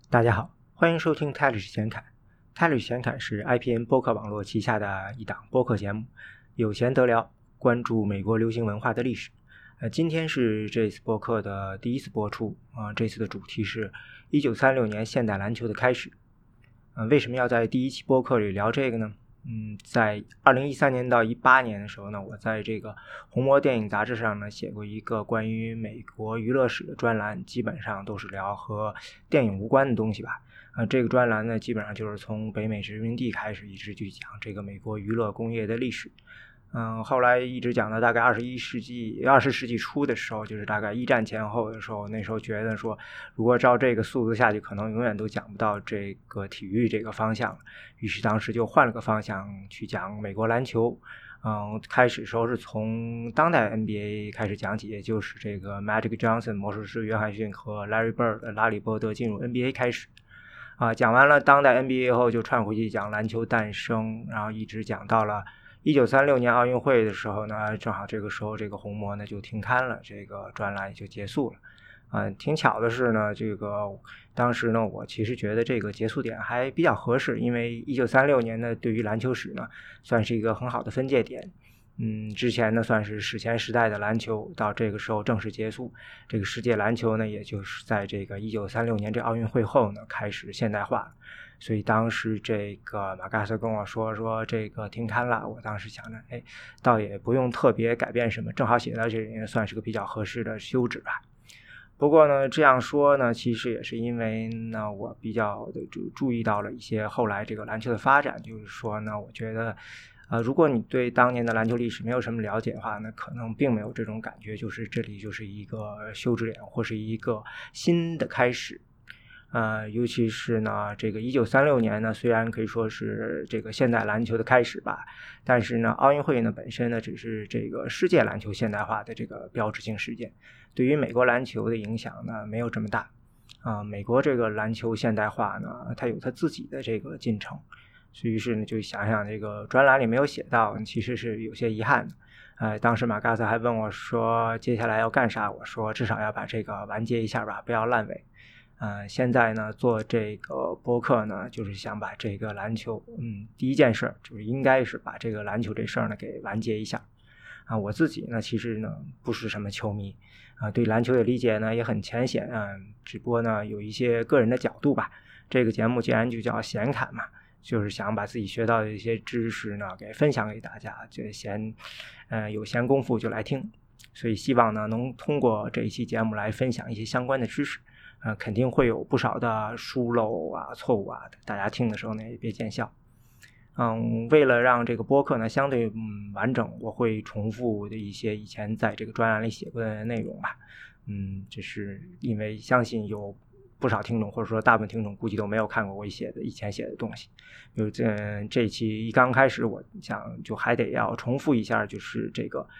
大家好，欢迎收听泰律师显侃。泰律师显侃是 IPN 播客网络旗下的一档播客节目，有闲得聊，关注美国流行文化的历史。今天是这次播客的第一次播出这次的主题是1936年现代篮球的开始。为什么要在第一期播客里聊这个呢？在2013年到18年的时候呢，我在这个红魔电影杂志上呢写过一个关于美国娱乐史的专栏，基本上都是聊和电影无关的东西吧。这个专栏呢基本上就是从北美殖民地开始一直去讲这个美国娱乐工业的历史。后来一直讲到大概20世纪初的时候，就是大概一战前后的时候，那时候觉得说如果照这个速度下去可能永远都讲不到这个体育这个方向了，于是当时就换了个方向去讲美国篮球。开始时候是从当代 NBA 开始讲起，也就是这个 Magic Johnson 魔术师约翰逊和 Larry Bird 拉里伯德进入 NBA 开始。讲完了当代 NBA 后就串回去讲篮球诞生，然后一直讲到了1936年奥运会的时候呢，正好这个时候这个红魔呢就停刊了，这个专栏也就结束了。挺巧的是呢，这个当时呢我其实觉得这个结束点还比较合适，因为1936年呢对于篮球史呢算是一个很好的分界点。之前呢算是史前时代的篮球，到这个时候正式结束，这个世界篮球呢也就是在这个1936年这奥运会后呢开始现代化了。所以当时这个马嘎瑟跟我说这个停刊了，我当时想着倒也不用特别改变什么，正好写到这里算是个比较合适的休止吧。不过呢这样说呢其实也是因为呢我比较的注意到了一些后来这个篮球的发展，就是说呢我觉得如果你对当年的篮球历史没有什么了解的话呢，可能并没有这种感觉，就是这里就是一个休止点或是一个新的开始。尤其是呢这个1936年呢虽然可以说是这个现代篮球的开始吧，但是呢奥运会呢本身呢只是这个世界篮球现代化的这个标志性事件，对于美国篮球的影响呢没有这么大。美国这个篮球现代化呢它有它自己的这个进程，所以是呢就想想这个专栏里没有写到，其实是有些遗憾的。当时马嘎瑟还问我说接下来要干啥，我说至少要把这个完结一下吧，不要烂尾。现在呢做这个播客呢就是想把这个篮球第一件事就是应该是把这个篮球这事儿呢给完结一下。我自己呢其实呢不是什么球迷对篮球的理解呢也很浅显只不过呢有一些个人的角度吧。这个节目既然就叫显侃嘛，就是想把自己学到的一些知识呢给分享给大家，就有闲工夫就来听，所以希望呢能通过这一期节目来分享一些相关的知识。肯定会有不少的疏漏错误大家听的时候呢也别见笑。为了让这个播客呢相对完整，我会重复的一些以前在这个专栏里写过的内容吧。这是因为相信有不少听众或者说大部分听众估计都没有看过我以前写的东西。比如这一期一刚开始我想就还得要重复一下，就是这个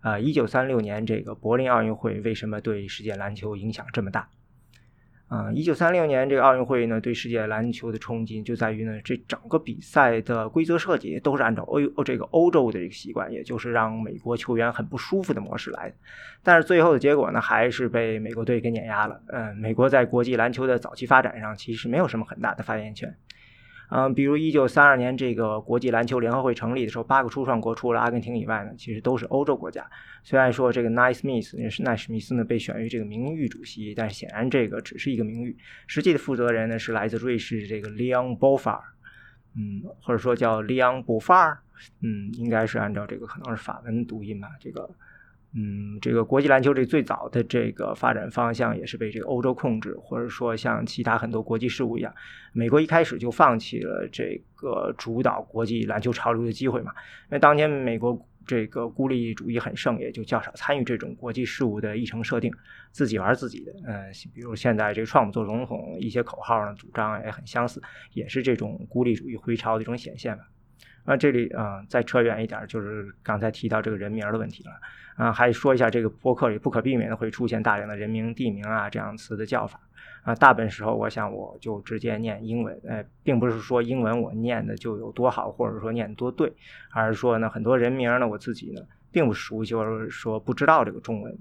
1936年这个柏林奥运会为什么对世界篮球影响这么大。1936年这个奥运会呢对世界篮球的冲击就在于呢这整个比赛的规则设计都是按照这个欧洲的这个习惯，也就是让美国球员很不舒服的模式来的。但是最后的结果呢还是被美国队给碾压了。美国在国际篮球的早期发展上其实没有什么很大的发言权。比如1932年这个国际篮球联合会成立的时候，8个初创国除了阿根廷以外呢其实都是欧洲国家。虽然说这个奈史密斯呢被选为这个名誉主席，但是显然这个只是一个名誉，实际的负责人呢是来自瑞士这个 Leon Beaufort， 或者说叫 Leon Beaufort， 应该是按照这个可能是法文读音吧。这个国际篮球这最早的这个发展方向也是被这个欧洲控制，或者说像其他很多国际事务一样，美国一开始就放弃了这个主导国际篮球潮流的机会嘛。因为当年美国这个孤立主义很盛，也就较少参与这种国际事务的议程设定，自己玩自己的。比如现在这个川普做总统，一些口号呢主张也很相似，也是这种孤立主义回潮的一种显现吧。这里再扯远一点，就是刚才提到这个人名的问题了。还说一下这个播客里不可避免的会出现大量的人名地名这样词的叫法。大本时候我想我就直接念英文，并不是说英文我念的就有多好，或者说念得多对，而是说呢很多人名呢我自己呢并不熟悉，或者说不知道这个中文。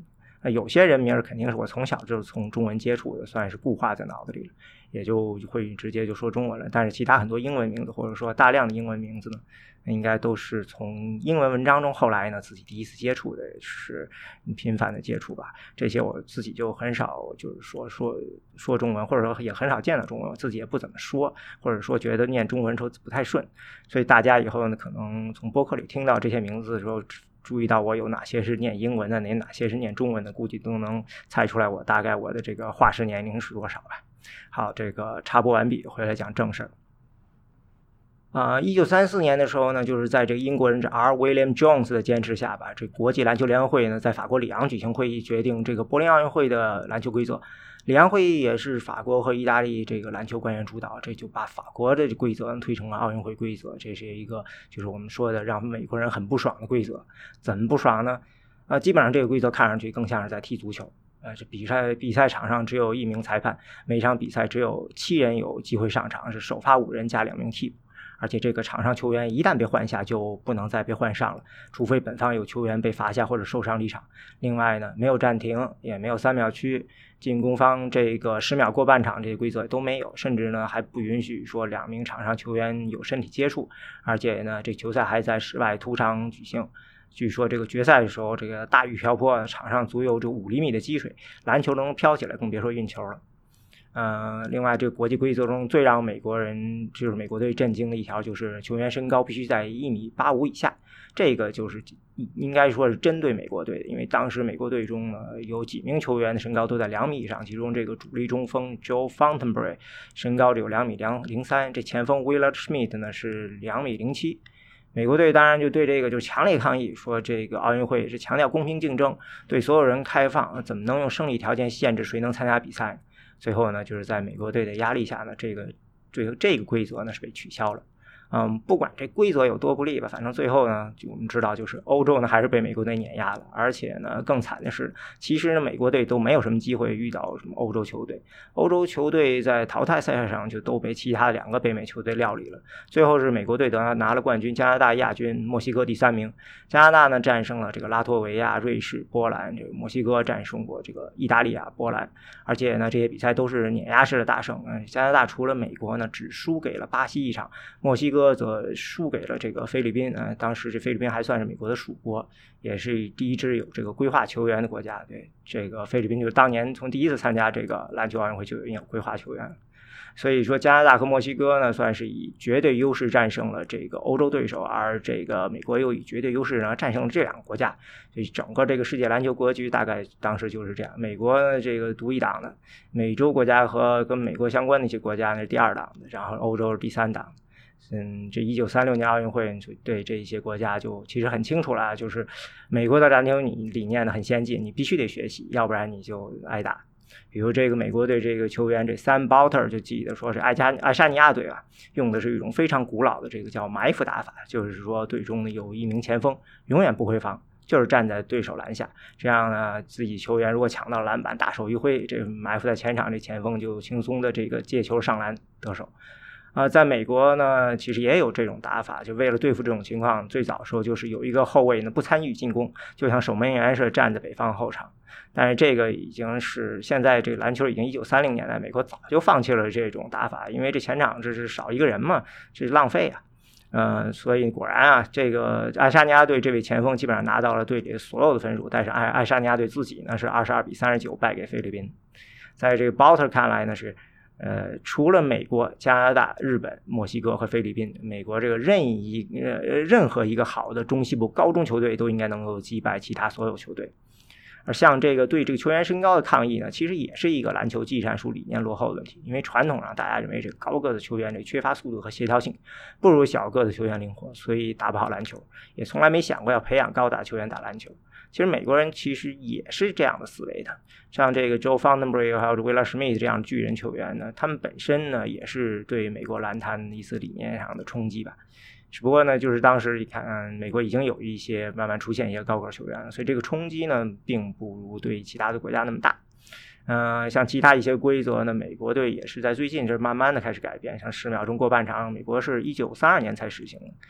有些人名肯定是我从小就是从中文接触的，算是固化在脑子里了，也就会直接就说中文了。但是其他很多英文名字或者说大量的英文名字呢，应该都是从英文文章中后来呢自己第一次接触的，是频繁的接触吧。这些我自己就很少就是说中文，或者说也很少见到中文，我自己也不怎么说，或者说觉得念中文时候不太顺。所以大家以后呢可能从播客里听到这些名字的时候，注意到我有哪些是念英文的，哪些是念中文的，估计都能猜出来我大概我的这个化石年龄是多少吧。好，这个插播完毕，回来讲正事儿。1934年的时候呢，就是在这个英国人R. William Jones 的坚持下吧，这国际篮球联合会呢在法国里昂举行会议，决定这个柏林奥运会的篮球规则。里昂会议也是法国和意大利这个篮球官员主导，这就把法国的规则推成了奥运会规则，这是一个就是我们说的让美国人很不爽的规则。怎么不爽呢？基本上这个规则看上去更像是在踢足球。这比赛场上只有1名裁判，每场比赛只有7人有机会上场，是首发5人加2名替补。而且这个场上球员一旦被换下就不能再被换上了，除非本方有球员被罚下或者受伤离场。另外呢，没有暂停，也没有3秒区，进攻方这个10秒过半场这些规则都没有，甚至呢还不允许说2名场上球员有身体接触，而且呢这球赛还在室外土场举行。据说这个决赛的时候，这个大雨瓢泼，场上足有这5厘米的积水，篮球能飘起来，更别说运球了。另外这个国际规则中最让美国人就是美国队震惊的一条，就是球员身高必须在1.85米以下。这个就是应该说是针对美国队的，因为当时美国队中呢有几名球员的身高都在2米以上，其中这个主力中锋 Joe Fontenberry 身高只有2.03米，这前锋 Willard Schmidt 呢是2.07米。美国队当然就对这个就强烈抗议，说这个奥运会是强调公平竞争，对所有人开放，怎么能用生理条件限制谁能参加比赛呢？最后呢，就是在美国队的压力下呢，这个规则呢是被取消了。不管这规则有多不利吧，反正最后呢，我们知道就是欧洲呢还是被美国队碾压了，而且呢更惨的是，其实呢美国队都没有什么机会遇到什么欧洲球队，欧洲球队在淘汰赛上就都被其他2个北美球队料理了。最后是美国队拿了冠军，加拿大亚军，墨西哥第3名。加拿大呢战胜了这个拉脱维亚、瑞士、波兰，这个墨西哥战胜过这个意大利啊、波兰，而且呢这些比赛都是碾压式的大胜。加拿大除了美国呢只输给了巴西一场，墨西哥则输给了这个菲律宾。当时这菲律宾还算是美国的属国，也是第一支有这个规划球员的国家。对，这个菲律宾就是当年从第一次参加这个篮球奥运会就有规划球员。所以说加拿大和墨西哥呢算是以绝对优势战胜了这个欧洲对手，而这个美国又以绝对优势呢战胜了这2个国家。所以整个这个世界篮球格局大概当时就是这样，美国这个独一档的，美洲国家和跟美国相关的一些国家呢是第2档的，然后欧洲是第3档。这1936年奥运会对这些国家就其实很清楚了，就是美国的篮球理念呢很先进，你必须得学习，要不然你就挨打。比如这个美国队这个球员这Sam Butler就记得说是爱沙尼亚队啊，用的是一种非常古老的这个叫埋伏打法，就是说队中呢有1名前锋永远不回防，就是站在对手篮下，这样呢自己球员如果抢到篮板大手一挥，这埋伏在前场这前锋就轻松的这个借球上篮得手。在美国呢其实也有这种打法，就为了对付这种情况，最早时候就是有一个后卫呢不参与进攻，就像守门员似的站在北方后场。但是这个已经是现在这个篮球已经1930年代美国早就放弃了这种打法，因为这前场这是少一个人嘛，这是浪费啊。所以果然啊，这个爱沙尼亚队这位前锋基本上拿到了队里所有的分数，但是爱沙尼亚队自己呢是22-39败给菲律宾。在这个 Butler 看来呢是除了美国、加拿大、日本、墨西哥和菲律宾，美国这个任何一个好的中西部高中球队都应该能够击败其他所有球队。而像这个对这个球员身高的抗议呢，其实也是一个篮球技战术理念落后的问题。因为传统上大家认为这个高个子球员这缺乏速度和协调性，不如小个子球员灵活，所以打不好篮球，也从来没想过要培养高大球员打篮球。其实美国人其实也是这样的思维的，像这个 Joe Fontenberry 还有 Willard Schmidt 这样的巨人球员呢，他们本身呢也是对美国篮坛一次理念上的冲击吧。只不过呢，就是当时你看，美国已经有一些慢慢出现一些高个球员了，所以这个冲击呢，并不如对其他的国家那么大。像其他一些规则呢，美国队也是在最近这慢慢的开始改变，像10秒钟过半场，美国是1932年才实行的。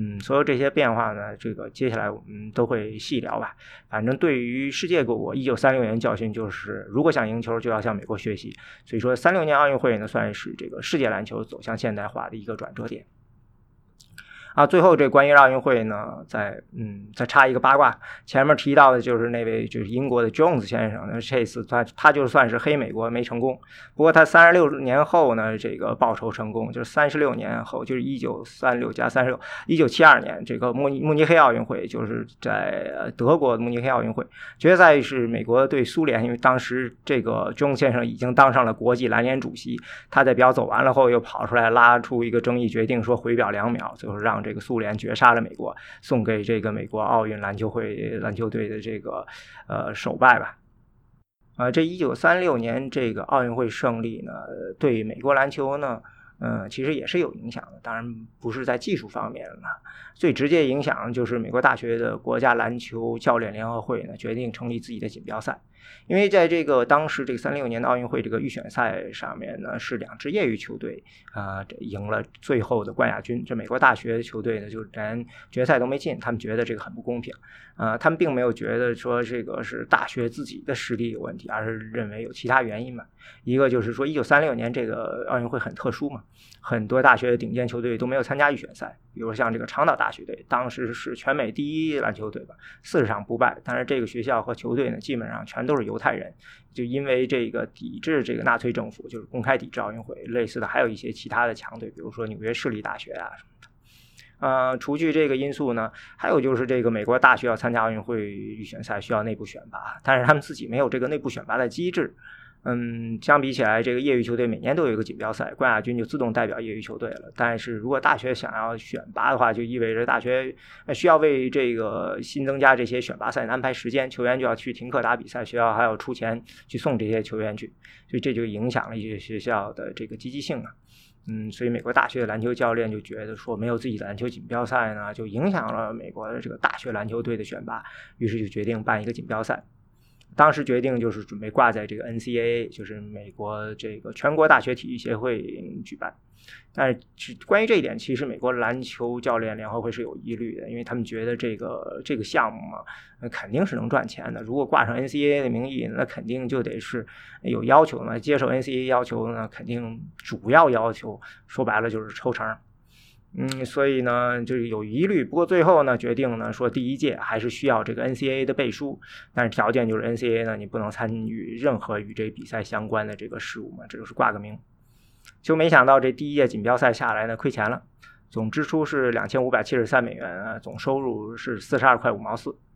所有这些变化呢，这个接下来我们都会细聊吧。反正对于世界各国，1936年教训就是如果想赢球就要向美国学习，所以说36年奥运会呢算是这个世界篮球走向现代化的一个转折点。最后这关于奥运会呢，再插一个八卦，前面提到的就是那位就是英国的 Jones 先生，这次他就算是黑美国没成功，不过他36年后呢，这个报仇成功，就是36年后，就是1936加36 1972年这个慕尼黑奥运会，就是在德国慕尼黑奥运会决赛是美国对苏联，因为当时这个 Jones 先生已经当上了国际篮联主席，他在表走完了后又跑出来拉出一个争议决定，说回表2秒，就是让这个苏联绝杀了美国，送给这个美国奥运篮球队的这个首败吧。这1936年这个奥运会胜利呢，对美国篮球呢其实也是有影响的，当然不是在技术方面了。最直接影响就是美国大学的国家篮球教练联合会呢决定成立自己的锦标赛，因为在这个当时这个36年的奥运会这个预选赛上面呢，是2支业余球队赢了最后的冠亚军，这美国大学球队呢就连决赛都没进，他们觉得这个很不公平。他们并没有觉得说这个是大学自己的实力有问题，而是认为有其他原因嘛。一个就是说1936年这个奥运会很特殊嘛，很多大学的顶尖球队都没有参加预选赛，比如像这个长岛大学队，当时是全美第一篮球队吧，40场不败，但是这个学校和球队呢基本上全都是犹太人，就因为这个抵制这个纳粹政府，就是公开抵制奥运会。类似的还有一些其他的强队，比如说纽约市立大学什么的。除去这个因素呢，还有就是这个美国大学要参加奥运会预选赛需要内部选拔，但是他们自己没有这个内部选拔的机制。相比起来，这个业余球队每年都有一个锦标赛，冠亚军就自动代表业余球队了。但是如果大学想要选拔的话，就意味着大学需要为这个新增加这些选拔赛安排时间，球员就要去停课打比赛，学校还要出钱去送这些球员去，所以这就影响了一些学校的这个积极性啊。所以美国大学的篮球教练就觉得说没有自己的篮球锦标赛呢，就影响了美国的这个大学篮球队的选拔，于是就决定办一个锦标赛。当时决定就是准备挂在这个 NCAA， 就是美国这个全国大学体育协会举办。但是关于这一点，其实美国篮球教练联合会是有疑虑的，因为他们觉得这个项目嘛，肯定是能赚钱的。如果挂上 NCAA 的名义，那肯定就得是有要求嘛，接受 NCAA 要求呢，肯定主要要求说白了就是抽成。所以呢就有疑虑，不过最后呢决定呢说第一届还是需要这个 NCAA 的背书，但是条件就是 NCAA 呢你不能参与任何与这比赛相关的这个事务嘛，这就是挂个名。就没想到这第一届锦标赛下来呢亏钱了，总支出是$2573总收入是42块5毛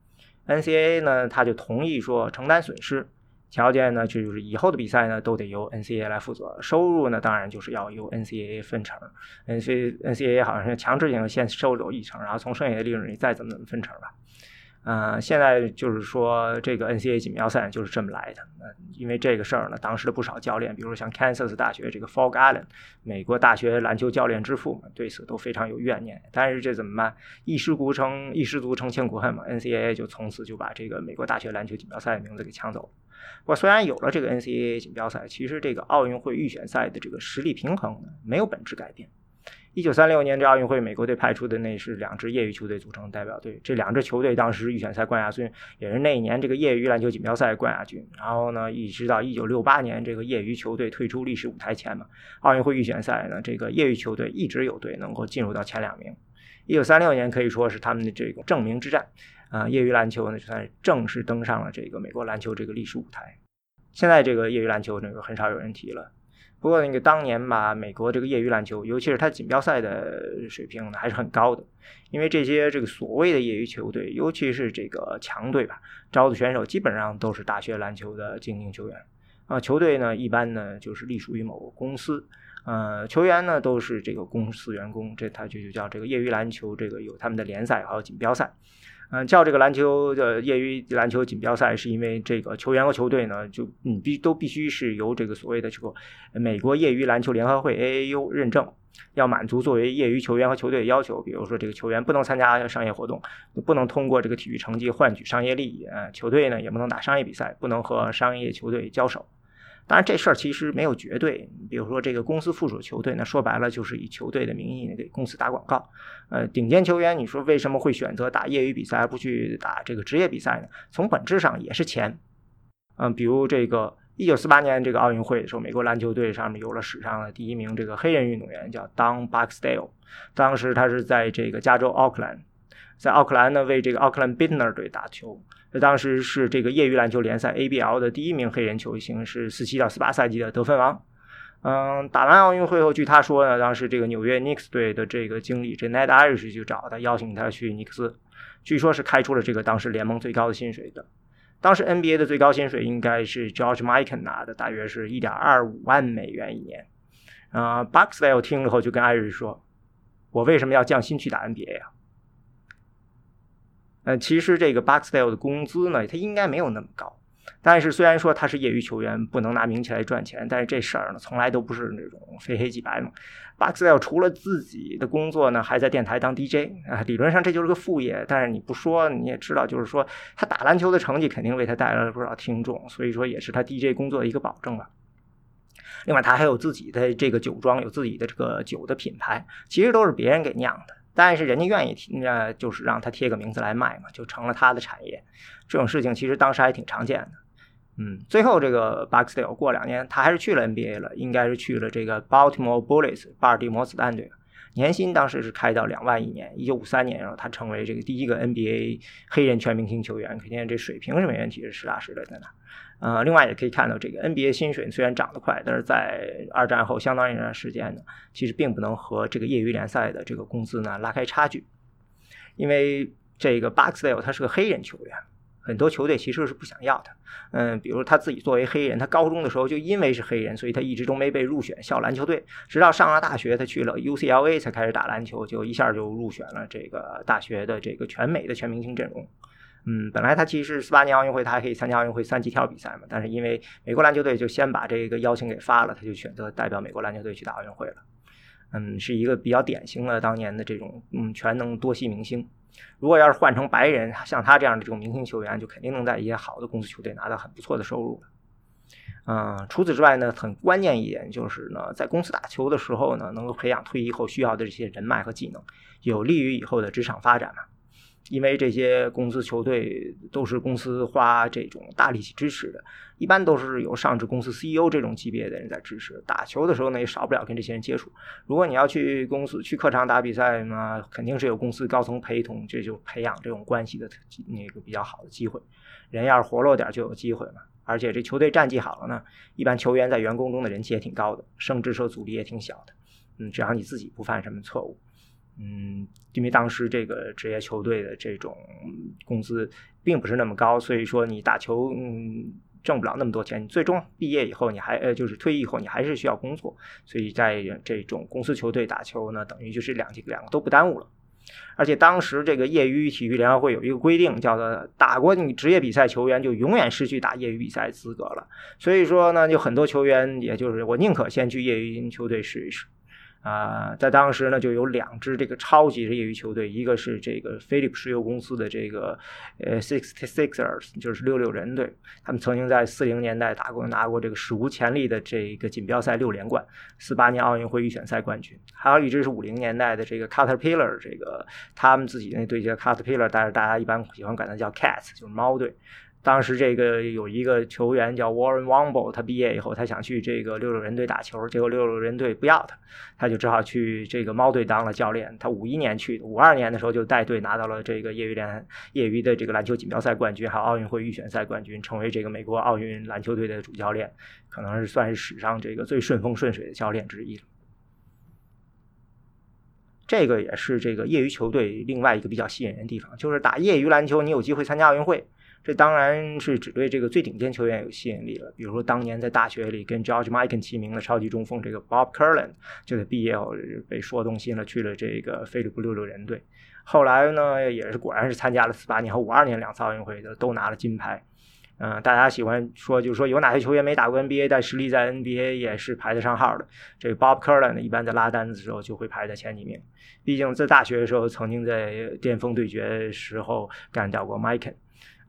4。NCAA 呢他就同意说承担损失，条件呢就是以后的比赛呢都得由 NCAA 来负责，收入呢当然就是要由 NCAA 分成。NCAA 好像是强制性先收走1成，然后从剩下的利润里再怎么分成吧。现在就是说这个 NCAA 锦标赛就是这么来的。因为这个事儿呢，当时的不少教练，比如像 Kansas 大学这个 Phog Allen， 美国大学篮球教练之父嘛，对此都非常有怨念。但是这怎么办？一失足成千古恨嘛。NCAA 就从此就把这个美国大学篮球锦标赛的名字给抢走了。不过虽然有了这个 NCAA 锦标赛，其实这个奥运会预选赛的这个实力平衡呢没有本质改变。1936年这奥运会，美国队派出的那是2支业余球队组成代表队，这2支球队当时预选赛冠亚军，也是那一年这个业余篮球锦标赛冠亚军。然后呢，一直到1968年这个业余球队退出历史舞台前嘛，奥运会预选赛呢，这个业余球队一直有队能够进入到前2名。1936年可以说是他们的这个证明之战业余篮球呢就算是正式登上了这个美国篮球这个历史舞台。现在这个业余篮球这个很少有人提了。不过那个当年吧，美国这个业余篮球，尤其是它锦标赛的水平呢还是很高的，因为这些这个所谓的业余球队，尤其是这个强队吧，招的选手基本上都是大学篮球的精英球员球队呢一般呢就是隶属于某个公司球员呢都是这个公司员工，这它就叫这个业余篮球，这个有他们的联赛还有锦标赛。叫这个篮球的业余篮球锦标赛，是因为这个球员和球队呢，就都必须是由这个所谓的这个美国业余篮球联合会 AAU 认证，要满足作为业余球员和球队的要求。比如说这个球员不能参加商业活动，不能通过这个体育成绩换取商业利益，球队呢也不能打商业比赛，不能和商业球队交手。 当然这事儿其实没有绝对，比如说这个公司附属球队呢，说白了就是以球队的名义给公司打广告。顶尖球员你说为什么会选择打业余比赛而不去打这个职业比赛呢？从本质上也是钱。比如这个1948年这个奥运会的时候，美国篮球队上面有了史上的第1名这个黑人运动员叫 Don Barksdale， 当时他是在这个加州奥克兰，在奥克兰呢为这个奥克兰 Bittner 队打球。当时是这个业余篮球联赛 ABL 的第1名黑人球星，是47到48赛季的得分王。打完奥运会后，据他说呢，当时这个纽约 Knicks 队的这个经理这 Ned Irish 就找他，邀请他去尼克斯，据说是开出了这个当时联盟最高的薪水的。当时 NBA 的最高薪水应该是 George Mikan 拿的，大约是 1.25 万美元一年。Barksdale 听了后就跟 Irish 说，我为什么要降薪去打 NBA 啊？其实这个 Barksdale 的工资呢，他应该没有那么高。但是虽然说他是业余球员，不能拿名气来赚钱，但是这事儿呢，从来都不是那种非黑即白嘛。Barksdale 除了自己的工作呢，还在电台当 DJ 理论上这就是个副业，但是你不说你也知道，就是说他打篮球的成绩肯定为他带来了不少听众，所以说也是他 DJ 工作的一个保证吧。另外他还有自己的这个酒庄，有自己的这个酒的品牌，其实都是别人给酿的。但是人家愿意就是让他贴个名字来卖嘛，就成了他的产业。这种事情其实当时还挺常见的。最后这个 Barksdale 过2年他还是去了 NBA 了，应该是去了这个 Baltimore Bullets 巴尔的摩子弹队，年薪当时是开到2万一年。1953年然后他成为这个第一个 NBA 黑人全明星球员，可见这水平是没问题，是实打实的在那。另外也可以看到这个 NBA 薪水虽然涨得快，但是在2战后相当一段时间呢，其实并不能和这个业余联赛的这个工资呢拉开差距。因为这个 Barksdale 他是个黑人球员，很多球队其实是不想要他。比如他自己作为黑人，他高中的时候就因为是黑人，所以他一直都没被入选校篮球队，直到上了大学他去了 UCLA 才开始打篮球，就一下就入选了这个大学的这个全美的全明星阵容。本来他其实48年奥运会他还可以参加奥运会3级跳比赛嘛，但是因为美国篮球队就先把这个邀请给发了，他就选择代表美国篮球队去打奥运会了。是一个比较典型的当年的这种全能多系明星。如果要是换成白人，像他这样的这种明星球员，就肯定能在一些好的公司球队拿到很不错的收入了。除此之外呢，很关键一点就是呢，在公司打球的时候呢，能够培养退役后需要的这些人脉和技能，有利于以后的职场发展嘛。因为这些公司球队都是公司花这种大力气支持的，一般都是有上至公司 CEO 这种级别的人在支持。打球的时候呢，也少不了跟这些人接触。如果你要去公司去客场打比赛呢，肯定是有公司高层陪同，这就培养这种关系的那个比较好的机会。人要是活络点就有机会嘛。而且这球队战绩好了呢，一般球员在员工中的人气也挺高的，升职受阻力也挺小的。只要你自己不犯什么错误。因为当时这个职业球队的这种工资并不是那么高，所以说你打球挣不了那么多钱，你最终毕业以后你还就是退役以后你还是需要工作，所以在这种公司球队打球呢，等于就是两个都不耽误了。而且当时这个业余体育联合会有一个规定，叫做打过你职业比赛球员就永远失去打业余比赛资格了。所以说呢，就很多球员也就是我宁可先去业余球队试一试。在当时呢，就有2支这个超级的业余球队，一个是这个飞利浦石油公司的这个66ers， 就是66人队，他们曾经在40年代拿过这个史无前例的这个锦标赛6连冠，48年奥运会预选赛冠军。还有一支是50年代的这个 Caterpillar， 这个他们自己那队叫 Caterpillar， 但是大家一般喜欢管它叫 Cats， 就是猫队。当时这个有一个球员叫 Warren Womble， 他毕业以后他想去这个66人队打球，结果66人队不要他，他就只好去这个猫队当了教练。他51年去的，52年的时候就带队拿到了这个业余的这个篮球锦标赛冠军，还有奥运会预选赛冠军，成为这个美国奥运篮球队的主教练，可能是算是史上这个最顺风顺水的教练之一了。这个也是这个业余球队另外一个比较吸引人的地方，就是打业余篮球你有机会参加奥运会，这当然是只对这个最顶尖球员有吸引力了。比如说当年在大学里跟 George Mikan 齐名的超级中锋这个 Bob Curlin， 就在毕业后被说动心了，去了这个飞利浦66人队。后来呢，也是果然是参加了48年和52年2次奥运会的，都拿了金牌。大家喜欢说，就是说有哪些球员没打过 NBA， 但实力在 NBA 也是排得上号的。这个 Bob Curlin 呢，一般在拉单子的时候就会排在前几名。毕竟在大学的时候，曾经在巅峰对决时候干掉过 Mikan。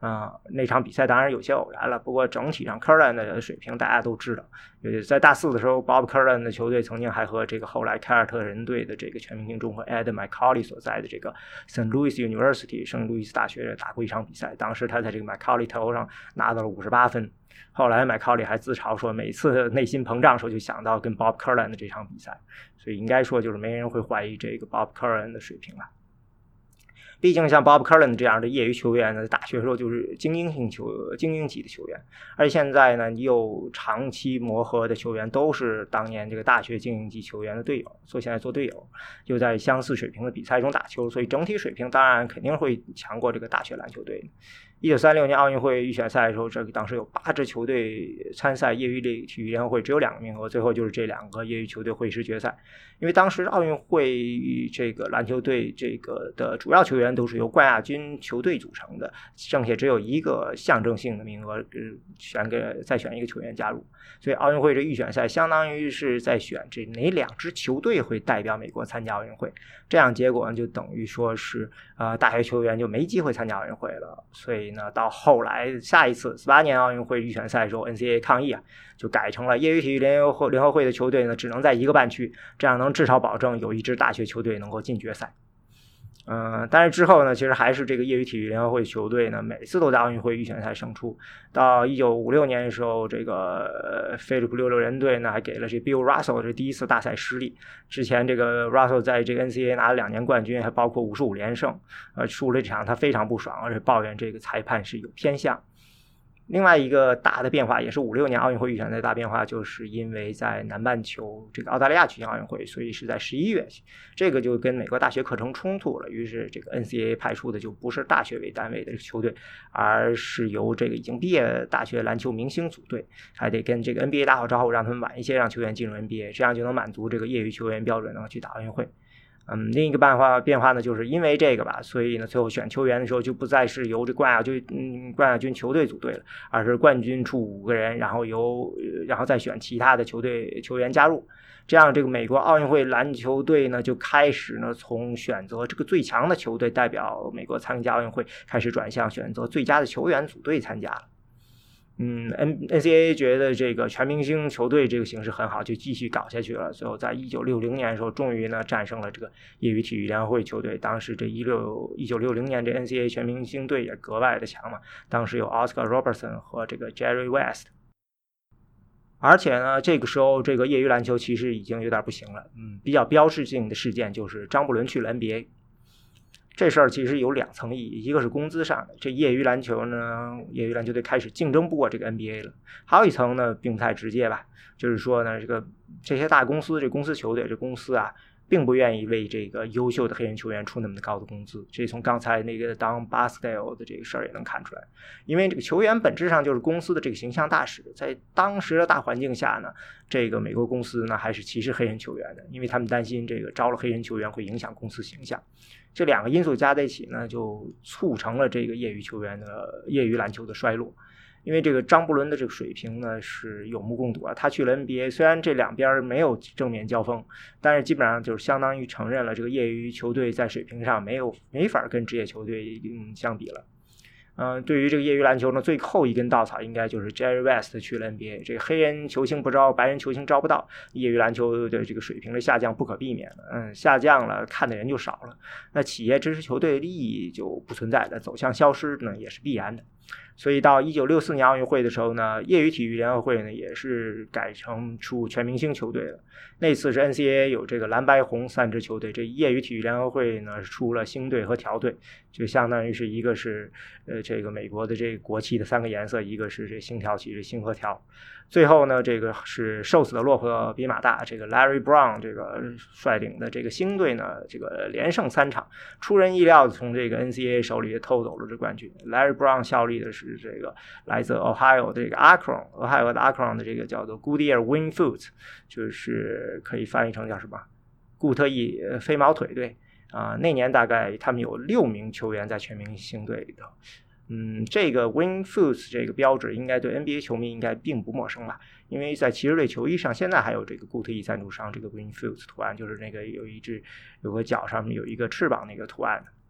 那场比赛当然有些偶然了，不过整体上 Curran 的水平大家都知道。在大四的时候 Bob Curran 的球队曾经还和这个后来凯尔特人队的这个全明星中锋 Ed McCauley 所在的这个 St. Louis University 圣路易斯大学打过一场比赛，当时他在这个 McCauley 头上拿到了58分。后来麦考利还自嘲说，每次内心膨胀的时候就想到跟 Bob Curran 的这场比赛，所以应该说就是没人会怀疑这个 Bob Curran 的水平了。毕竟像 Bob Curran 这样的业余球员呢，大学时候就是精英级的球员，而且现在呢又长期磨合的球员都是当年这个大学精英级球员的队友，所以现在做队友，就在相似水平的比赛中打球，所以整体水平当然肯定会强过这个大学篮球队。1936年奥运会预选赛的时候，这个当时有8支球队参赛业余体育联合会，只有2个名额，最后就是这2个业余球队会师决赛。因为当时奥运会这个篮球队这个的主要球员都是由冠亚军球队组成的，剩下只有1个象征性的名额，再选1个球员加入。所以奥运会这预选赛相当于是在选这哪2支球队会代表美国参加奥运会，这样结果呢就等于说是大学球员就没机会参加奥运会了。所以呢到后来下一次18年奥运会预选赛的时候 NCAA 抗议就改成了业余体育联合会的球队呢只能在1个半区，这样能至少保证有1支大学球队能够进决赛。但是之后呢，其实还是这个业余体育联合会球队呢，每次都在奥运会预选赛胜出。到1956年的时候，这个菲利普66人队呢，还给了这 Bill Russell 这第1次大赛失利。之前这个 Russell 在这个 NCAA 拿了2年冠军，还包括55连胜。输了这场他非常不爽，而且抱怨这个裁判是有偏向。另外一个大的变化，也是56年奥运会预选赛大变化，就是因为在南半球这个澳大利亚举行奥运会，所以是在11月，这个就跟美国大学课程冲突了。于是这个 NCAA 派出的就不是大学为单位的球队，而是由这个已经毕业大学篮球明星组队，还得跟这个 NBA 打好招呼，让他们晚一些让球员进入 NBA， 这样就能满足这个业余球员标准，能去打奥运会。另一个变化呢，就是因为这个吧，所以呢，最后选球员的时候就不再是由这冠亚军球队组队了，而是冠军出5个人，然后再选其他的球员加入。这样，这个美国奥运会篮球队呢，就开始呢从选择这个最强的球队代表美国参加奥运会，开始转向选择最佳的球员组队参加了。NCAA 觉得这个全明星球队这个形式很好，就继续搞下去了。最后在1960年的时候，终于呢战胜了这个业余体育联合会球队。当时这1960年这 NCAA 全明星队也格外的强嘛，当时有 Oscar Robertson 和这个 Jerry West。而且呢，这个时候这个业余篮球其实已经有点不行了。比较标志性的事件就是张伯伦去了 NBA。这事儿其实有2层意义，一个是工资上的，这业余篮球队开始竞争不过这个 NBA 了。还有一层呢，并不太直接吧，就是说呢，这些大公司，这公司球队，这公司并不愿意为这个优秀的黑人球员出那么高的工资。这从刚才那个Don Barstow的这个事儿也能看出来，因为这个球员本质上就是公司的这个形象大使，在当时的大环境下呢，这个美国公司呢还是歧视黑人球员的，因为他们担心这个招了黑人球员会影响公司形象。这2个因素加在一起呢，就促成了这个业余篮球的衰落。因为这个张伯伦的这个水平呢是有目共睹他去了 NBA， 虽然这2边没有正面交锋，但是基本上就是相当于承认了这个业余球队在水平上没法跟职业球队相比了。对于这个业余篮球呢，最后一根稻草应该就是 Jerry West 去了 NBA， 这个黑人球星不招，白人球星招不到，业余篮球的这个水平的下降不可避免了。下降了，看的人就少了，那企业支持球队的利益就不存在了，走向消失呢也是必然的。所以到1964年奥运会的时候呢，业余体育联合会呢也是改成出全明星球队了。那次是 NCAA 有这个蓝白红3支球队，这业余体育联合会呢出了星队和条队，就相当于是一个是这个美国的这个国旗的3个颜色，一个是这星条旗，是星和条。最后呢，这个是瘦死的骆驼比马大，这个 Larry Brown 这个率领的这个星队呢，这个连胜3场，出人意料的从这个 NCAA 手里偷走了这冠军。Larry Brown 效力的是这个来自 Ohio 的这个 Akron 的 Akron 的这个叫做 Goodyear Wingfoot， 就是可以翻译成叫什么固特异飞毛腿队那年大概他们有6名球员在全明星队里头。这个 Wingfoot 这个标志应该对 NBA 球迷应该并不陌生吧，因为在骑士队球衣上现在还有这个固特异赞助商这个 Wingfoot 图案，就是那个有个脚上面有一个翅膀那个图案。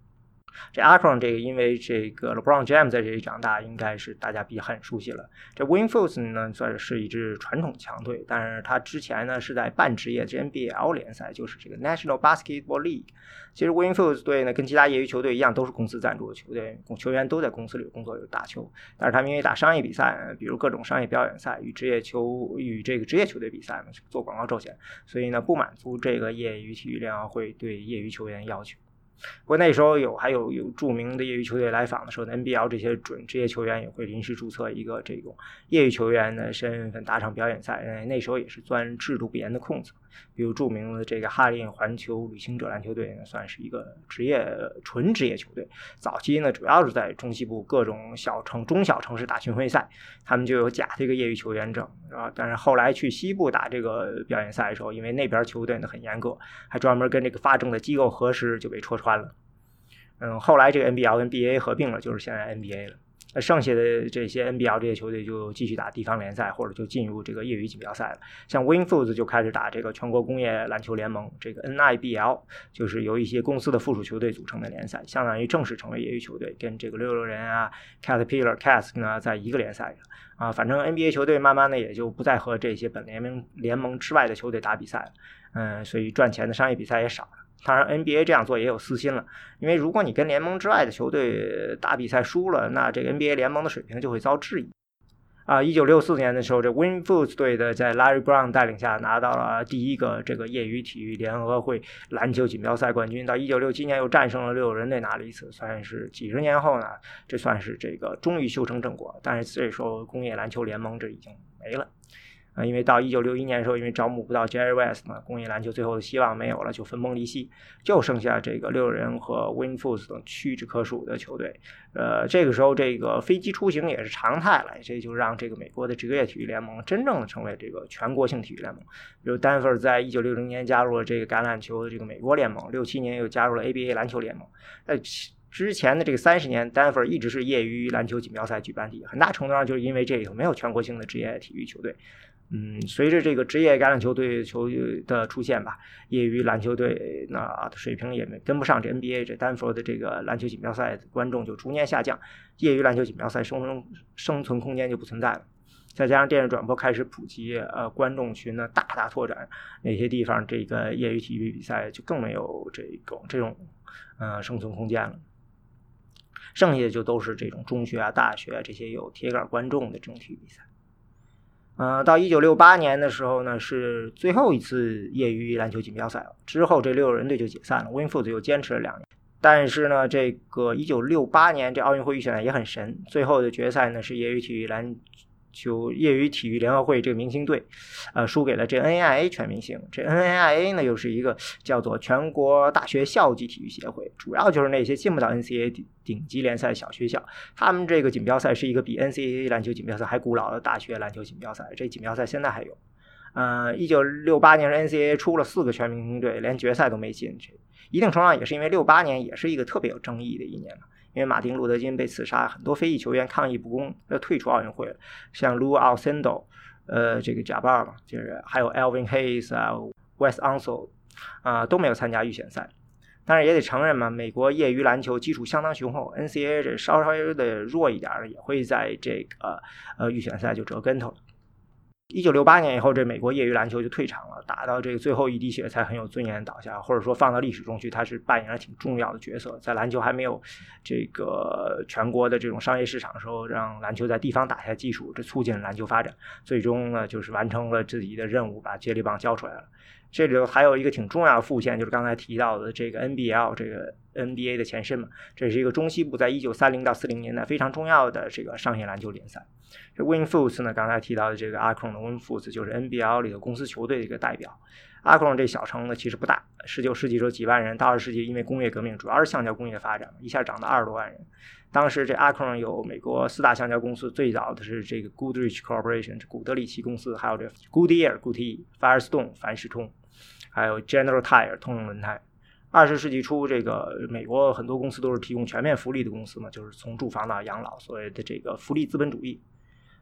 这 Akron 这个因为这个 LeBron James 在这里长大，应该是大家很熟悉了。这 Wingfoot 呢算是一支传统强队，但是他之前呢是在半职业这 NBL 联赛，就是这个 National Basketball League。其实 Wingfoot 队呢跟其他业余球队一样，都是公司赞助的球队，球员都在公司里工作有打球，但是他们因为打商业比赛，比如各种商业表演赛与这个职业球队比赛呢做广告授权，所以呢不满足这个业余体育联合会对业余球员要求。不过那时候还有著名的业余球队来访的时候 ，NBL 这些准职业球员也会临时注册一个这种业余球员的身份打场表演赛。那时候也是钻制度不严的空子。比如著名的这个哈林环球旅行者篮球队呢，算是一个纯职业球队。早期呢，主要是在中西部各种中小城市打巡回赛，他们就有假这个业余球员证，但是后来去西部打这个表演赛的时候，因为那边球队呢很严格，还专门跟这个发证的机构核实，就被戳穿了。后来这个 NBL 跟 BA 合并了，就是现在 NBA 了。剩下的这些 NBL 这些球队就继续打地方联赛，或者就进入这个业余锦标赛了。像 Wingfoot 就开始打这个全国工业篮球联盟，这个 NIBL 就是由一些公司的附属球队组成的联赛，相当于正式成为业余球队，跟这个66人啊 Caterpillar Cats 呢在一个联赛上反正 NBA 球队慢慢的也就不再和这些本联盟之外的球队打比赛了，所以赚钱的商业比赛也少了。当然 NBA 这样做也有私心了，因为如果你跟联盟之外的球队打比赛输了，那这个 NBA 联盟的水平就会遭质疑。1964年的时候，这 Wingfoot 队的在 Larry Brown 带领下拿到了第一个这个业余体育联合会篮球锦标赛冠军。到1967年又战胜了66人队拿了一次，算是几十年后呢，这算是这个终于修成正果。但是这时候工业篮球联盟这已经没了。因为到1961年的时候，因为招募不到 Jerry West 嘛，工业篮球最后的希望没有了，就分崩离析，就剩下这个66人和 Wingfoot 等屈指可数的球队。这个时候这个飞机出行也是常态了，这就让这个美国的职业体育联盟真正的成为这个全国性体育联盟。比如丹佛在1960年加入了这个橄榄球的这个美国联盟，67年又加入了 ABA 篮球联盟。之前的这个30年，丹佛一直是业余篮球锦标赛举办地，很大程度上就是因为这里头没有全国性的职业体育球队。随着这个职业橄榄球队的出现吧，业余篮球队那水平也跟不上这 NBA 这丹佛的这个篮球锦标赛的观众就逐年下降，业余篮球锦标赛生存空间就不存在了。再加上电视转播开始普及，观众群呢大大拓展，那些地方这个业余体育比赛就更没有这种生存空间了。剩下的就都是这种中学大学这些有铁杆观众的这种体育比赛。到1968年的时候呢，是最后一次业余篮球锦标赛了。之后这66人队就解散了 ，Wingfoot 又坚持了2年。但是呢，这个1968年这奥运会预选赛也很神，最后的决赛呢是业余体育联合会这个明星队，输给了这 NAIA 全明星。这 NAIA 呢又是一个叫做全国大学校际体育协会，主要就是那些进不到 NCAA 顶级联赛的小学校。他们这个锦标赛是一个比 NCAA 篮球锦标赛还古老的大学篮球锦标赛，这锦标赛现在还有。1968年 NCAA 出了4个全明星队，连决赛都没进去。一定程度上也是因为68年也是一个特别有争议的一年了。因为马丁·路德·金被刺杀，很多非裔球员抗议不公，退出奥运会了。像 Lou Alcindor，这个贾巴尔嘛，就是还有 Elvin Hayes 啊 ，Wes Unseld 都没有参加预选赛。但是也得承认嘛，美国业余篮球基础相当雄厚 ，NCAA 这稍的弱一点的也会在这个预选赛就折跟头了。1968年以后，这美国业余篮球就退场了，打到这个最后一滴血才很有尊严倒下，或者说放到历史中去，它是扮演了挺重要的角色。在篮球还没有这个全国的这种商业市场的时候，让篮球在地方打下基础，这促进了篮球发展。最终呢，就是完成了自己的任务，把接力棒交出来了。这里头还有一个挺重要的副线，就是刚才提到的这个 NBL， 这个 NBA 的前身嘛，这是一个中西部在1930到40年代非常重要的这个商业篮球联赛。这 Wingfoot 呢，刚才提到的这个 Akron 的 Wingfoot 就是 NBL 里的公司球队的一个代表。Akron 这小城呢其实不大，19世纪时候几万人，到20世纪因为工业革命，主要是橡胶工业发展，一下涨到20多万人。当时这 Akron 有美国4大橡胶公司，最早的是这个 Goodrich Corporation 古德里奇公司，还有这 Goodyear 固体 Firestone 凡士通，还有 General Tire 通用轮胎。20世纪初，这个美国很多公司都是提供全面福利的公司嘛，就是从住房到养老，所谓的这个福利资本主义。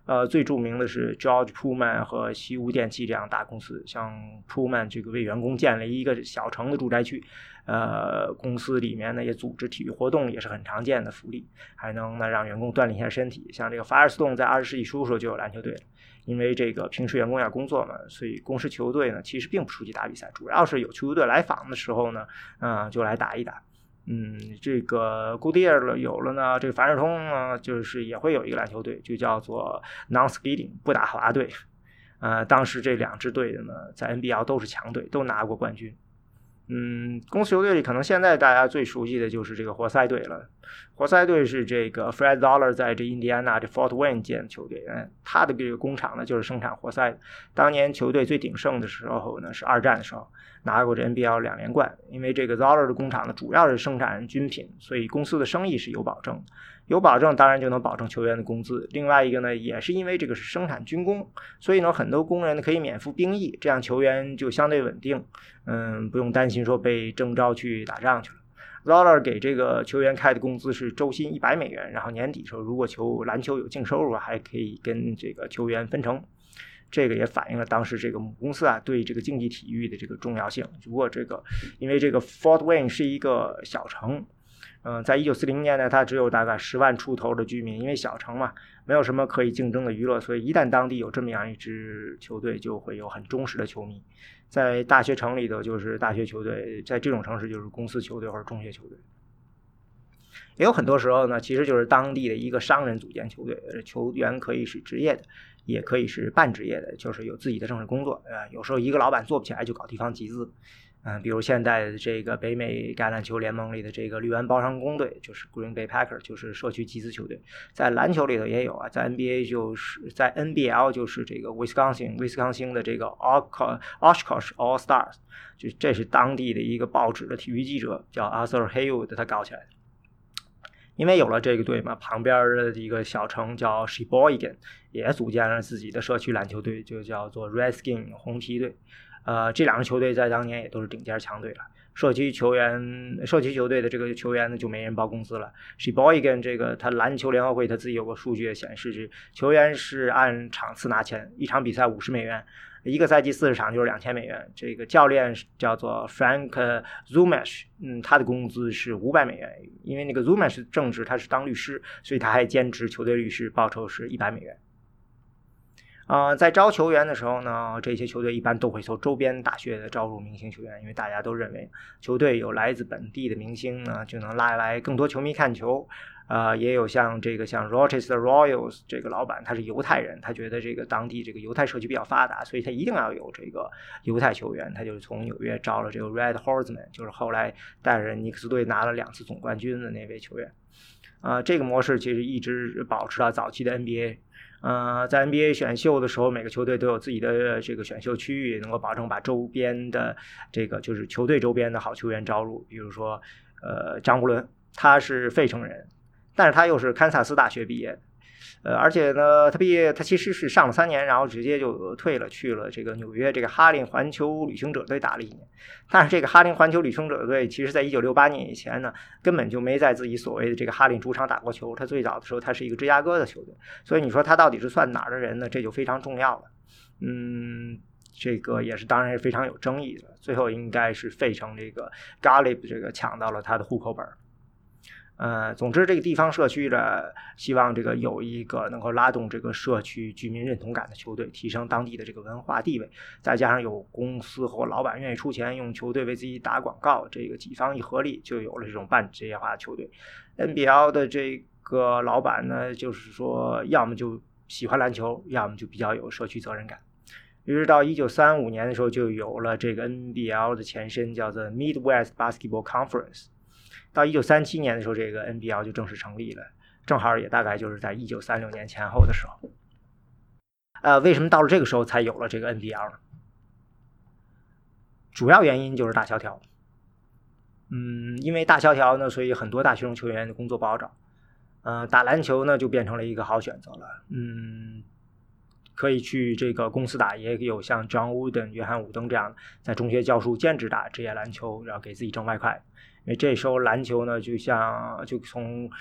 最著名的是 George Pullman 和西屋电器这样大公司，像 Pullman 这个为员工建了一个小城的住宅区，公司里面呢也组织体育活动，也是很常见的福利，还能呢让员工锻炼一下身体。像这个Firestone在20世纪初的时候就有篮球队了，因为这个平时员工要工作嘛，所以公司球队呢其实并不出去打比赛，主要是有球队来访的时候呢，就来打一打。这个 Goodyear 有了呢，这个凡士通呢，就是也会有一个篮球队，就叫做 Non-Skidding 不打滑队。当时这2支队的呢，在 NBL 都是强队，都拿过冠军。公司球队里可能现在大家最熟悉的就是这个活塞队了。活塞队是这个 Fred Zoller 在这印第安纳这 Fort Wayne 建的球队，他的这个工厂呢就是生产活塞的。当年球队最鼎盛的时候呢是2战的时候，拿过这 NBL 2连冠。因为这个 Zoller 的工厂呢主要是生产军品，所以公司的生意是有保证的。有保证当然就能保证球员的工资，另外一个呢也是因为这个是生产军工，所以呢很多工人呢可以免服兵役，这样球员就相对稳定，不用担心说被征召去打仗去了。Zoller 给这个球员开的工资是周薪$100，然后年底的时候如果篮球有净收入还可以跟这个球员分成。这个也反映了当时这个母公司对这个竞技体育的这个重要性。如果因为这个 Fort Wayne 是一个小城，在1940年呢，它只有大概10万出头的居民，因为小城嘛，没有什么可以竞争的娱乐，所以一旦当地有这么样一支球队，就会有很忠实的球迷。在大学城里头就是大学球队，在这种城市就是公司球队或者中学球队。也有很多时候呢，其实就是当地的一个商人组建球队，球员可以是职业的，也可以是半职业的，就是有自己的正式工作。有时候一个老板做不起来就搞地方集资。比如现在的这个北美橄榄球联盟里的这个绿湾包商工队，就是 Green Bay Packers， 就是社区集资球队。在篮球里头也有在 NBL 就是这个威斯康星的这个 Oshkosh All Stars， 这是当地的一个报纸的体育记者叫 Arthur Haywood 他搞起来的。因为有了这个队嘛，旁边的一个小城叫 Sheboygan 也组建了自己的社区篮球队，就叫做 Redskin 红皮队。这2个球队在当年也都是顶尖强队了。社区球队的这个球员呢就没人包工资了。Sheboygan 这个他篮球联合会他自己有个数据显示，是球员是按场次拿钱，一场比赛$50，一个赛季40场就是$2000。这个教练叫做 Frank Zumesh， 他的工资是$500，因为那个 Zumesh 正职他是当律师，所以他还兼职球队律师，报酬是$100。在招球员的时候呢，这些球队一般都会从周边大学的招入明星球员，因为大家都认为球队有来自本地的明星呢，就能拉来更多球迷看球。也有像Rochester Royals 这个老板他是犹太人，他觉得这个当地这个犹太社区比较发达，所以他一定要有这个犹太球员，他就从纽约招了这个 Red Horseman， 就是后来带着尼克斯队拿了2次总冠军的那位球员。这个模式其实一直保持到早期的 NBA。在 NBA 选秀的时候，每个球队都有自己的这个选秀区域，能够保证把周边的这个就是球队周边的好球员招入。比如说张伯伦，他是费城人，但是他又是堪萨斯大学毕业的。而且呢，他其实是上了3年，然后直接就退了，去了这个纽约这个哈林环球旅行者队打了1年。但是这个哈林环球旅行者队，其实在1968年以前呢，根本就没在自己所谓的这个哈林主场打过球。他最早的时候，他是一个芝加哥的球队，所以你说他到底是算哪儿的人呢？这就非常重要了。这个也是当然是非常有争议的。最后应该是费城这个 Gallup 这个抢到了他的户口本。总之这个地方社区的希望这个有一个能够拉动这个社区居民认同感的球队，提升当地的这个文化地位，再加上有公司或老板愿意出钱用球队为自己打广告，这个几方一合力就有了这种半职业化的球队。NBL 的这个老板呢，就是说要么就喜欢篮球，要么就比较有社区责任感。于是到1935年的时候就有了这个 NBL 的前身，叫做 Midwest Basketball Conference。到1937年的时候，这个 NBL 就正式成立了，正好也大概就是在1936年前后的时候。为什么到了这个时候才有了这个 NBL 呢？主要原因就是大萧条。因为大萧条呢，所以很多大学生球员的工作不好找。打篮球呢就变成了一个好选择了。可以去这个公司打，也有像 John Wooden、约翰伍登这样在中学教书兼职打职业篮球，然后给自己挣外快。因为这时候篮球呢就从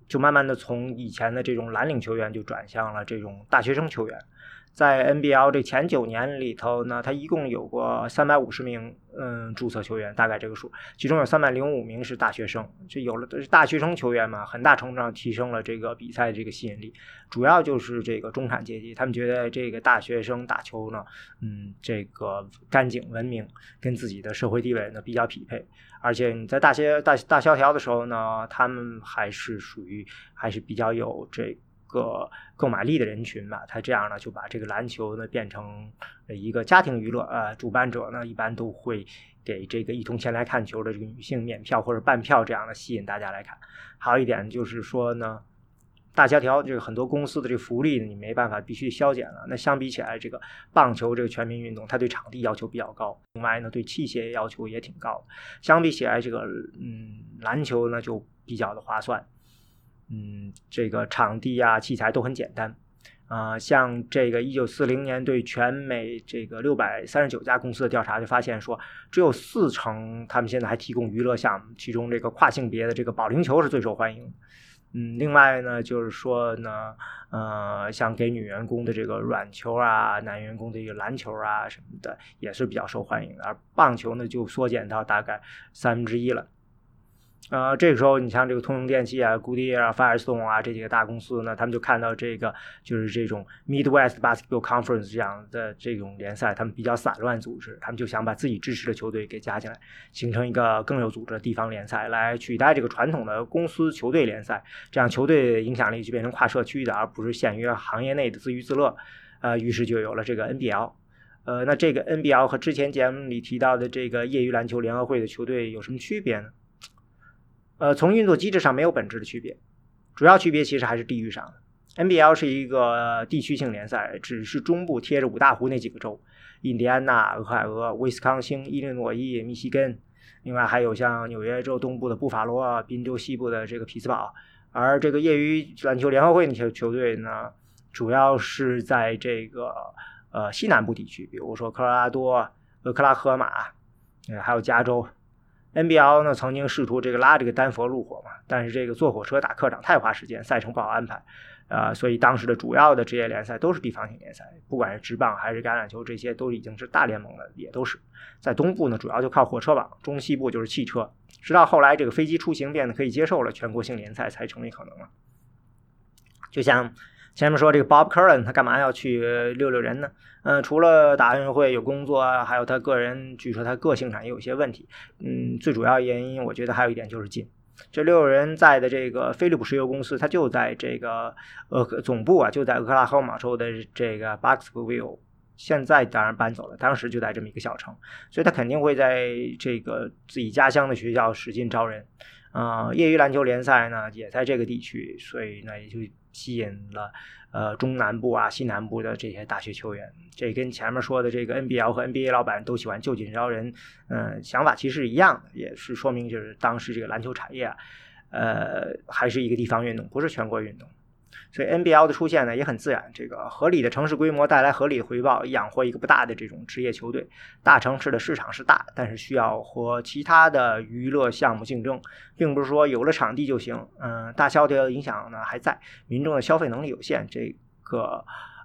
就慢慢的从以前的这种蓝领球员就转向了这种大学生球员。在 NBL 这前9年里头呢，他一共有过350名注册球员，大概这个数，其中有305名是大学生。这有了大学生球员嘛，很大程度上提升了这个比赛的这个吸引力。主要就是这个中产阶级，他们觉得这个大学生打球呢，这个干净文明，跟自己的社会地位呢比较匹配。而且你在大萧条的时候呢，他们还是比较有这个购买力的人群吧，他这样呢就把这个篮球呢变成一个家庭娱乐，主办者呢一般都会给这个一同前来看球的这个女性免票或者半票，这样的吸引大家来看。还有一点就是说呢，大萧条这个很多公司的这个福利你没办法必须削减了，那相比起来这个棒球这个全民运动，它对场地要求比较高，另外呢对器械要求也挺高，相比起来这个篮球呢就比较的划算。这个场地啊器材都很简单像这个1940年对全美这个639家公司的调查就发现说，只有40%他们现在还提供娱乐项目，其中这个跨性别的这个保龄球是最受欢迎的。另外呢就是说呢像给女员工的这个软球啊，男员工的一个篮球啊什么的也是比较受欢迎的，而棒球呢就缩减到大概1/3了。这个时候你像这个通用电气啊、Goodyear 啊、Firestone 啊这几个大公司呢，他们就看到这个就是这种 Midwest Basketball Conference 这样的这种联赛，他们比较散乱组织，他们就想把自己支持的球队给加进来，形成一个更有组织的地方联赛，来取代这个传统的公司球队联赛，这样球队的影响力就变成跨社区的，而不是限于行业内的自娱自乐。于是就有了这个 NBL。那这个 NBL 和之前节目里提到的这个业余篮球联合会的球队有什么区别呢？从运作机制上没有本质的区别，主要区别其实还是地域上的。NBL 是一个地区性联赛，只是中部贴着五大湖那几个州，印第安纳、俄亥俄、威斯康星、伊利诺伊、密西根，另外还有像纽约州东部的布法罗、宾州西部的这个匹兹堡。而这个业余篮球联合会的球队呢，主要是在这个西南部地区，比如说科罗拉多、俄克拉荷马，还有加州。NBL 呢曾经试图这个拉这个丹佛入伙嘛，但是这个坐火车打客场太花时间，赛程不好安排所以当时的主要的职业联赛都是地方性联赛，不管是职棒还是橄榄球，这些都已经是大联盟了，也都是在东部呢主要就靠火车网，中西部就是汽车，直到后来这个飞机出行变得可以接受了，全国性联赛才成为可能了。就像前面说这个 Bob Curran 他干嘛要去溜溜人呢？除了打奥运会有工作还有他个人据说他个性上也有一些问题。最主要原因我觉得还有一点就是近。这溜溜人在的这个菲利普石油公司，他就在这个总部就在俄克拉荷马州的这个 Bucksville， 现在当然搬走了，当时就在这么一个小城，所以他肯定会在这个自己家乡的学校使劲招人。业余篮球联赛呢也在这个地区，所以呢也就吸引了中南部西南部的这些大学球员。这跟前面说的这个 NBL 和 NBA 老板都喜欢就近招人想法其实是一样的，也是说明就是当时这个篮球产业还是一个地方运动，不是全国运动。所以 NBL 的出现呢也很自然，这个合理的城市规模带来合理的回报，养活一个不大的这种职业球队。大城市的市场是大，但是需要和其他的娱乐项目竞争，并不是说有了场地就行。大萧条的影响呢还在，民众的消费能力有限，这个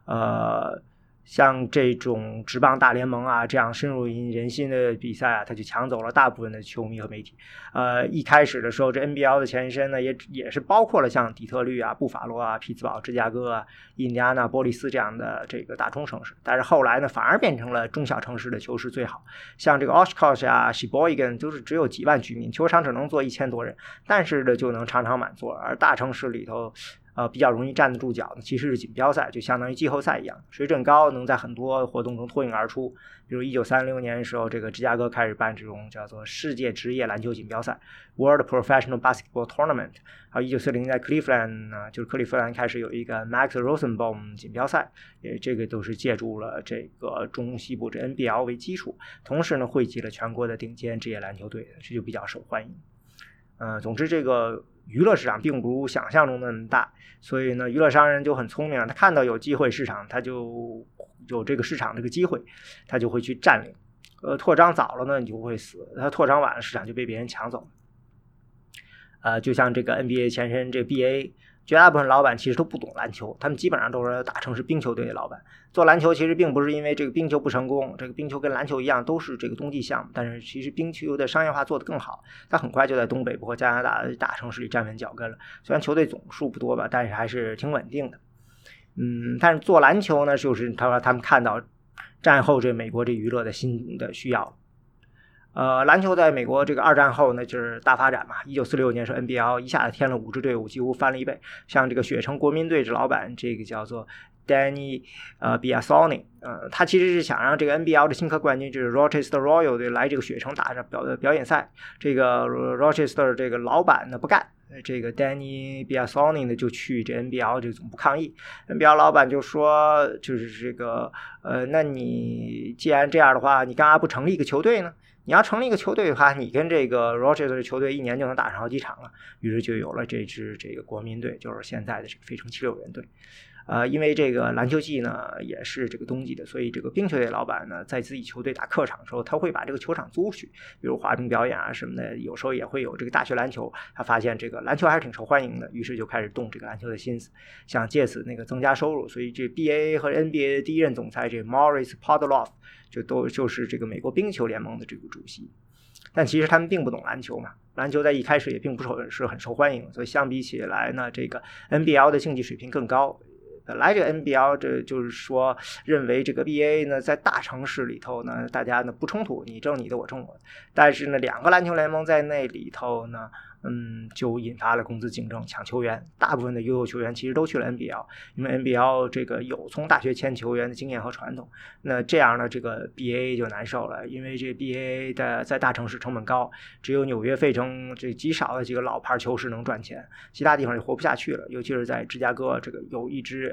像这种职棒大联盟这样深入人心的比赛它就抢走了大部分的球迷和媒体。一开始的时候这 NBL 的前身呢也是包括了像底特律布法罗匹兹堡、芝加哥印第安纳波利斯这样的这个大中城市，但是后来呢反而变成了中小城市的球市最好，像这个 Oshkosh Sheboygan 都是只有几万居民，球场只能坐1000多人，但是呢就能常常满座。而大城市里头比较容易站得住脚的其实是锦标赛，就相当于季后赛一样，水准高，能在很多活动中脱颖而出。比如1936年的时候，这个芝加哥开始办这种叫做世界职业篮球锦标赛 World Professional Basketball Tournament， 还有1940年在 Cleveland 呢，就是克利夫兰开始有一个 Max Rosenbaum 锦标赛，这个都是借助了这个中西部这 NBL 为基础，同时呢汇集了全国的顶尖职业篮球队，这就比较受欢迎。总之这个娱乐市场并不如想象中的那么大，所以呢娱乐商人就很聪明，他看到有机会市场，他就有这个市场这个机会，他就会去占领。拓张早了呢你就会死，他拓张晚了市场就被别人抢走就像这个 NBA 前身这个 BA， 绝大部分老板其实都不懂篮球，他们基本上都是大城市冰球队的老板。做篮球其实并不是因为这个冰球不成功，这个冰球跟篮球一样都是这个冬季项目，但是其实冰球的商业化做得更好，它很快就在东北部和加拿大的大城市里站稳脚跟了。虽然球队总数不多吧，但是还是挺稳定的。但是做篮球呢，就是他说他们看到战后这美国这娱乐的新的需要。篮球在美国这个2战后呢，就是大发展嘛。1946年是 NBL 一下子添了5支队伍，几乎翻了1倍。像这个雪城国民队这老板，这个叫做 Danny Biasoni， 他其实是想让这个 NBL 的新科冠军就是 Rochester Royal 队来这个雪城打表演赛。这个 Rochester 这个老板呢不干，这个 Danny Biasoni 呢就去这 NBL 这个总部抗议。NBL 老板就说，就是这个那你既然这样的话，你干嘛不成立一个球队呢？你要成立一个球队的话，你跟这个 Rochester 球队1年就能打上好几场了。于是就有了这支这个国民队，就是现在的这个费城76人队。因为这个篮球季呢也是这个冬季的，所以这个冰球队老板呢在自己球队打客场的时候，他会把这个球场租出去，比如滑冰表演啊什么的，有时候也会有这个大学篮球。他发现这个篮球还是挺受欢迎的，于是就开始动这个篮球的心思，想借此那个增加收入。所以这 BAA 和 NBA 的第一任总裁这 Morris Podoloff 就是这个美国冰球联盟的这个主席。但其实他们并不懂篮球嘛，篮球在一开始也并不是很受欢迎，所以相比起来呢，这个 NBL 的竞技水平更高。本来这个 NBL 这就是说认为这个 BA 呢在大城市里头呢，大家呢不冲突，你争你的我争我的，但是呢2个篮球联盟在那里头呢就引发了工资竞争，抢球员。大部分的优秀球员其实都去了 NBL， 因为 NBL 这个有从大学签球员的经验和传统。那这样呢，这个 BAA 就难受了，因为这 BAA 的在大城市成本高，只有纽约、费城这极少的几个老牌球市能赚钱，其他地方就活不下去了。尤其是在芝加哥，这个有一支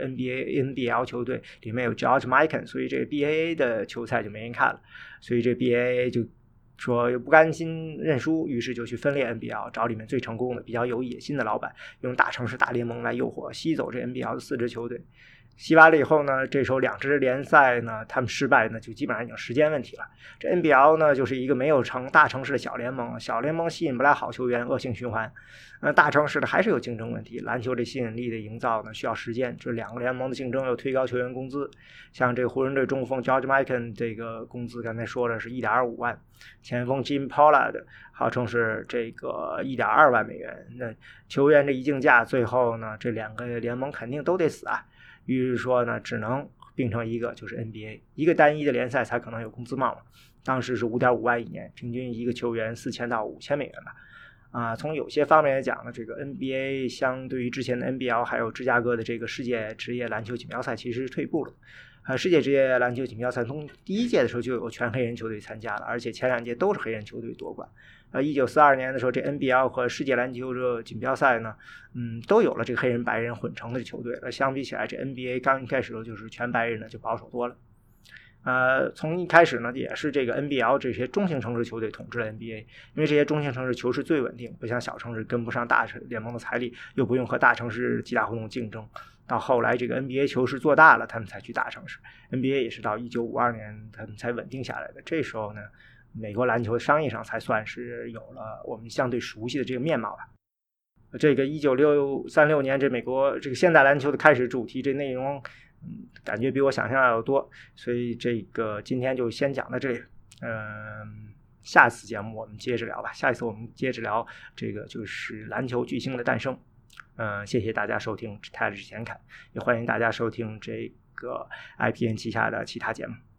NBL 球队，里面有 George Mikan， 所以这个 BAA 的球赛就没人看了，所以这 BAA 就说又不甘心认输，于是就去分裂 NBL， 找里面最成功的、比较有野心的老板，用大城市大联盟来诱惑吸走这 NBL 的4支球队。吸完了以后呢，这时候2支联赛呢，他们失败呢，就基本上已经时间问题了。这 NBL 呢，就是一个没有大城市的小联盟，小联盟吸引不来好球员，恶性循环。大城市的还是有竞争问题，篮球这吸引力的营造呢，需要时间。这2个联盟的竞争又推高球员工资，像这个湖人队中锋 George Mikan 这个工资刚才说的是 1.25 万，前锋 Jim Pollard 号称是这个 1.2 万美元。那球员这一竞价，最后呢，这2个联盟肯定都得死啊。于是说呢，只能并成一个，就是 NBA， 一个单一的联赛才可能有工资帽嘛。当时是 5.5 万一年，平均一个球员4000到5000美元吧。从有些方面来讲呢，这个 NBA 相对于之前的 NBL 还有芝加哥的这个世界职业篮球锦标赛其实是退步了。世界职业篮球锦标赛从第1届的时候就有全黑人球队参加了，而且前2届都是黑人球队夺冠。1942年的时候，这 NBL 和世界篮球这锦标赛呢，都有了这个黑人白人混成的球队。相比起来，这 NBA 刚一开始就是全白人呢，就保守多了。从一开始呢，也是这个 NBL 这些中型城市球队统治了 NBA， 因为这些中型城市球市最稳定，不像小城市跟不上大联盟的财力，又不用和大城市几大活动竞争。到后来这个 NBA 球市做大了，他们才去大城市。NBA 也是到1952年他们才稳定下来的。这时候呢，美国篮球商业上才算是有了我们相对熟悉的这个面貌吧。这个1936年这美国这个现代篮球的开始主题，这内容感觉比我想象要多，所以这个今天就先讲到这里。下次节目我们接着聊吧。下一次我们接着聊这个就是篮球巨星的诞生。谢谢大家收听泰日显侃，也欢迎大家收听这个 IPN 旗下的其他节目。